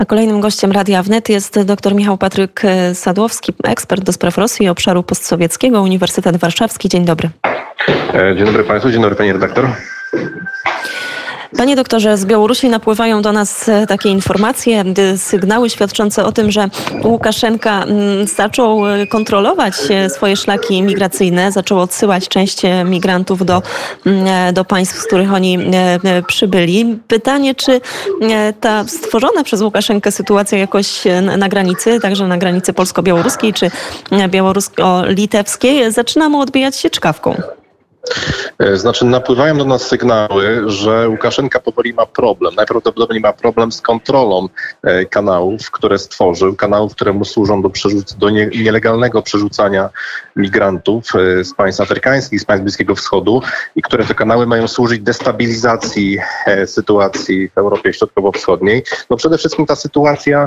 A kolejnym gościem Radia Wnet jest dr Michał Patryk Sadłowski, ekspert do spraw Rosji i obszaru postsowieckiego, Uniwersytet Warszawski. Dzień dobry. Dzień dobry Państwu, dzień dobry Pani redaktor. Panie doktorze, z Białorusi napływają do nas takie informacje, sygnały świadczące o tym, że Łukaszenka zaczął kontrolować swoje szlaki migracyjne, zaczął odsyłać część migrantów do państw, z których oni przybyli. Pytanie, czy ta stworzona przez Łukaszenkę sytuacja jakoś na granicy, także na granicy polsko-białoruskiej czy białorusko-litewskiej, zaczyna mu odbijać się czkawką? Znaczy napływają do nas sygnały, że Łukaszenka powoli ma problem. Najprawdopodobniej ma problem z kontrolą kanałów, które stworzył, kanałów, które mu służą do nielegalnego przerzucania migrantów z państw afrykańskich, z państw Bliskiego Wschodu i które te kanały mają służyć destabilizacji sytuacji w Europie Środkowo-Wschodniej. No przede wszystkim ta sytuacja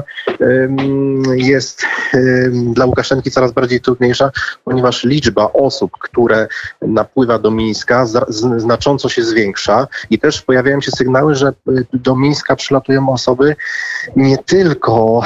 jest dla Łukaszenki coraz bardziej trudniejsza, ponieważ liczba osób, które napływa do Mińska znacząco się zwiększa i też pojawiają się sygnały, że do Mińska przylatują osoby nie tylko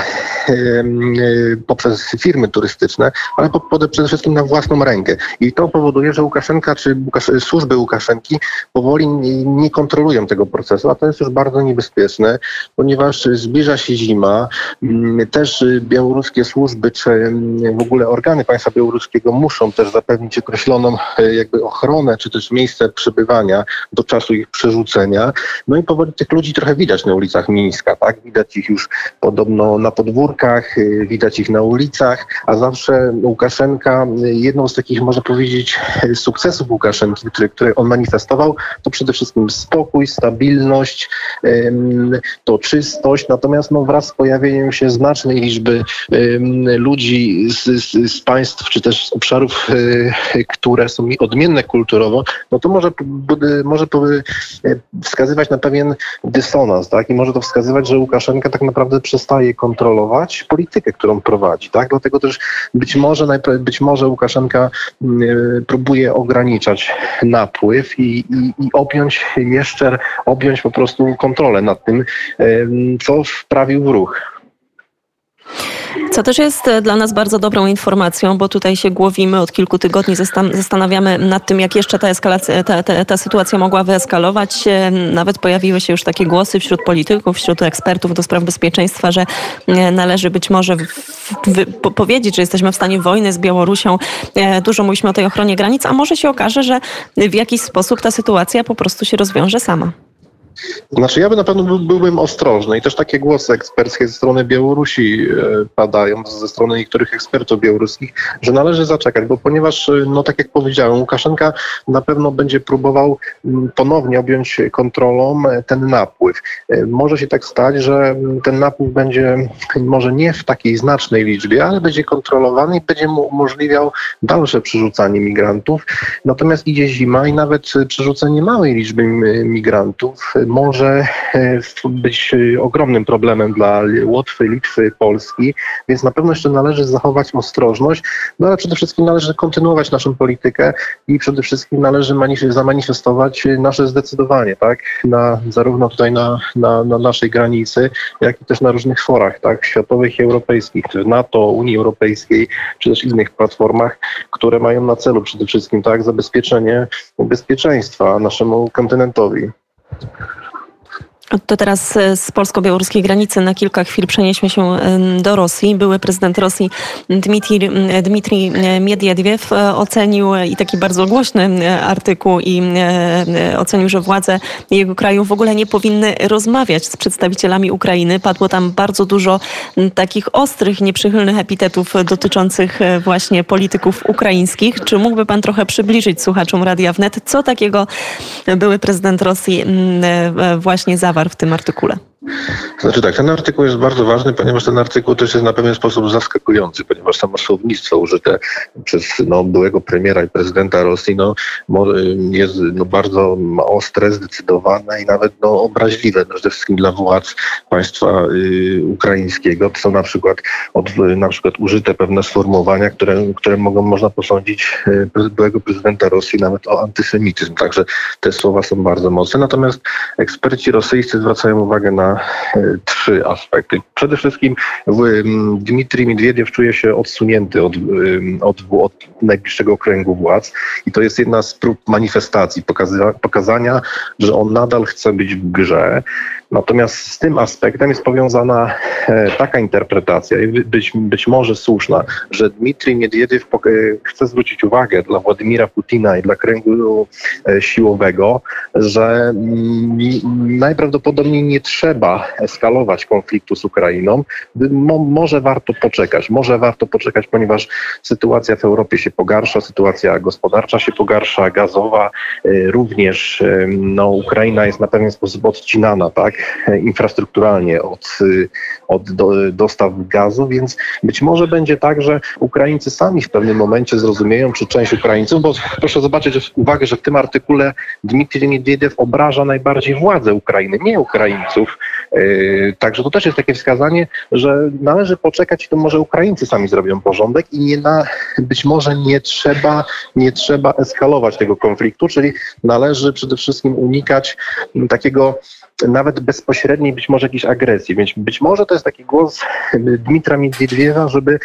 poprzez firmy turystyczne, ale przede wszystkim na własną rękę. I to powoduje, że Łukaszenka czy służby Łukaszenki powoli nie kontrolują tego procesu, a to jest już bardzo niebezpieczne, ponieważ zbliża się zima. Też białoruskie służby czy w ogóle organy państwa białoruskiego muszą też zapewnić określoną jakby ochronę, czy też miejsce przebywania do czasu ich przerzucenia. No i powoli tych ludzi trochę widać na ulicach Mińska, tak? Widać ich już podobno na podwórkach, widać ich na ulicach, a zawsze Łukaszenka, jedną z takich, można powiedzieć, sukcesów Łukaszenki, które on manifestował, to przede wszystkim spokój, stabilność, to czystość, natomiast wraz z pojawieniem się znacznej liczby ludzi z państw, czy też z obszarów, które są odmienne kulturowo, no to może wskazywać na pewien dysonans, tak? I może to wskazywać, że Łukaszenka tak naprawdę przestaje kontrolować politykę, którą prowadzi, tak? Dlatego też być może Łukaszenka próbuje ograniczać napływ i objąć po prostu kontrolę nad tym, co wprawił w ruch. Co też jest dla nas bardzo dobrą informacją, bo tutaj się głowimy od kilku tygodni, zastanawiamy nad tym, jak jeszcze ta sytuacja mogła wyeskalować. Nawet pojawiły się już takie głosy wśród polityków, wśród ekspertów do spraw bezpieczeństwa, że należy być może powiedzieć, że jesteśmy w stanie wojny z Białorusią. Dużo mówiliśmy o tej ochronie granic, a może się okaże, że w jakiś sposób ta sytuacja po prostu się rozwiąże sama. Znaczy ja na pewno byłbym ostrożny i też takie głosy eksperckie ze strony Białorusi padają, ze strony niektórych ekspertów białoruskich, że należy zaczekać, bo ponieważ, tak jak powiedziałem, Łukaszenka na pewno będzie próbował ponownie objąć kontrolą ten napływ. Może się tak stać, że ten napływ będzie może nie w takiej znacznej liczbie, ale będzie kontrolowany i będzie mu umożliwiał dalsze przerzucanie migrantów. Natomiast idzie zima i nawet przerzucenie małej liczby migrantów może być ogromnym problemem dla Łotwy, Litwy, Polski, więc na pewno jeszcze należy zachować ostrożność, ale przede wszystkim należy kontynuować naszą politykę i przede wszystkim należy zamanifestować nasze zdecydowanie, tak, zarówno tutaj na naszej granicy, jak i też na różnych forach, tak, światowych i europejskich, czy NATO, Unii Europejskiej, czy też innych platformach, które mają na celu przede wszystkim, tak, zabezpieczenie bezpieczeństwa naszemu kontynentowi. To teraz z polsko-białoruskiej granicy na kilka chwil przenieśmy się do Rosji. Były prezydent Rosji Dmitrij Miedwiediew ocenił, i taki bardzo głośny artykuł, i ocenił, że władze jego kraju w ogóle nie powinny rozmawiać z przedstawicielami Ukrainy. Padło tam bardzo dużo takich ostrych, nieprzychylnych epitetów dotyczących właśnie polityków ukraińskich. Czy mógłby pan trochę przybliżyć słuchaczom Radia Wnet, co takiego były prezydent Rosji właśnie zawarł w tym artykule? Znaczy tak, ten artykuł jest bardzo ważny, ponieważ ten artykuł też jest na pewien sposób zaskakujący, ponieważ samo słownictwo użyte przez byłego premiera i prezydenta Rosji jest bardzo ostre, zdecydowane i nawet obraźliwe przede wszystkim dla władz państwa ukraińskiego. To są na przykład użyte pewne sformułowania, które można posądzić byłego prezydenta Rosji nawet o antysemityzm. Także te słowa są bardzo mocne. Natomiast eksperci rosyjscy zwracają uwagę na na 3 aspekty. Przede wszystkim Dmitrij Miedwiediew czuje się odsunięty od najbliższego kręgu władz i to jest jedna z prób manifestacji, pokazania, że on nadal chce być w grze. Natomiast z tym aspektem jest powiązana taka interpretacja, być może słuszna, że Dmitrij Miedwiediew chce zwrócić uwagę dla Władimira Putina i dla kręgu siłowego, że najprawdopodobniej nie trzeba eskalować konfliktu z Ukrainą. Może warto poczekać, ponieważ sytuacja w Europie się pogarsza, sytuacja gospodarcza się pogarsza, gazowa również. Ukraina jest na pewien sposób odcinana, tak, infrastrukturalnie od dostaw gazu, więc być może będzie tak, że Ukraińcy sami w pewnym momencie zrozumieją, czy część Ukraińców, bo proszę zobaczyć uwagę, że w tym artykule Dmitrij Miedwiediew obraża najbardziej władze Ukrainy, nie Ukraińców. Także to też jest takie wskazanie, że należy poczekać i to może Ukraińcy sami zrobią porządek i być może nie trzeba eskalować tego konfliktu, czyli należy przede wszystkim unikać takiego nawet bezpośredniej być może jakiejś agresji. Więc być może to jest taki głos Dmitra Miedwiediewa, żeby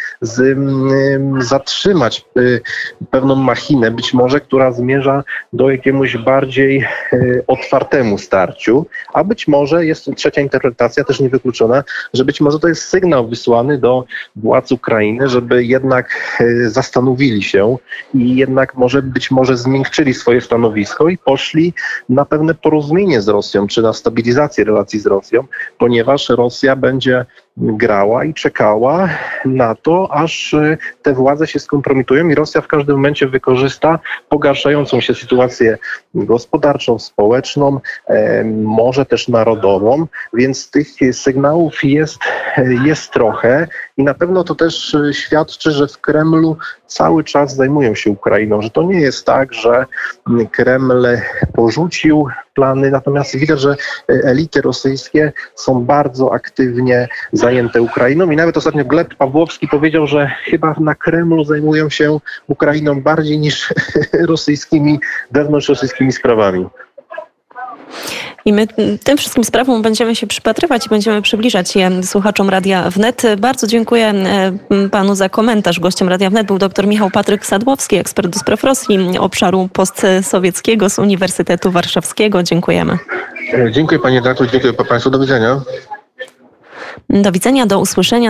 zatrzymać pewną machinę, być może, która zmierza do jakiemuś bardziej otwartemu starciu, a być może jest trzecia interpretacja, też niewykluczona, że być może to jest sygnał wysłany do władz Ukrainy, żeby jednak zastanowili się i jednak być może zmiękczyli swoje stanowisko i poszli na pewne porozumienie z Rosją, czy na stabilizację relacji z Rosją, ponieważ Rosja będzie grała i czekała na to, aż te władze się skompromitują i Rosja w każdym momencie wykorzysta pogarszającą się sytuację gospodarczą, społeczną, może też narodową, więc tych sygnałów jest trochę i na pewno to też świadczy, że w Kremlu cały czas zajmują się Ukrainą, że to nie jest tak, że Kreml porzucił plany, natomiast widać, że elity rosyjskie są bardzo aktywnie zajęte Ukrainą i nawet ostatnio Gleb Pawłowski powiedział, że chyba na Kremlu zajmują się Ukrainą bardziej niż wewnątrzrosyjskimi sprawami. I my tym wszystkim sprawom będziemy się przypatrywać i będziemy przybliżać je słuchaczom Radia Wnet. Bardzo dziękuję panu za komentarz. Gościem Radia Wnet był dr Michał Patryk Sadłowski, ekspert do spraw Rosji, obszaru postsowieckiego z Uniwersytetu Warszawskiego. Dziękujemy. Dziękuję panie redaktor, dziękuję państwu. Do widzenia. Do widzenia, do usłyszenia.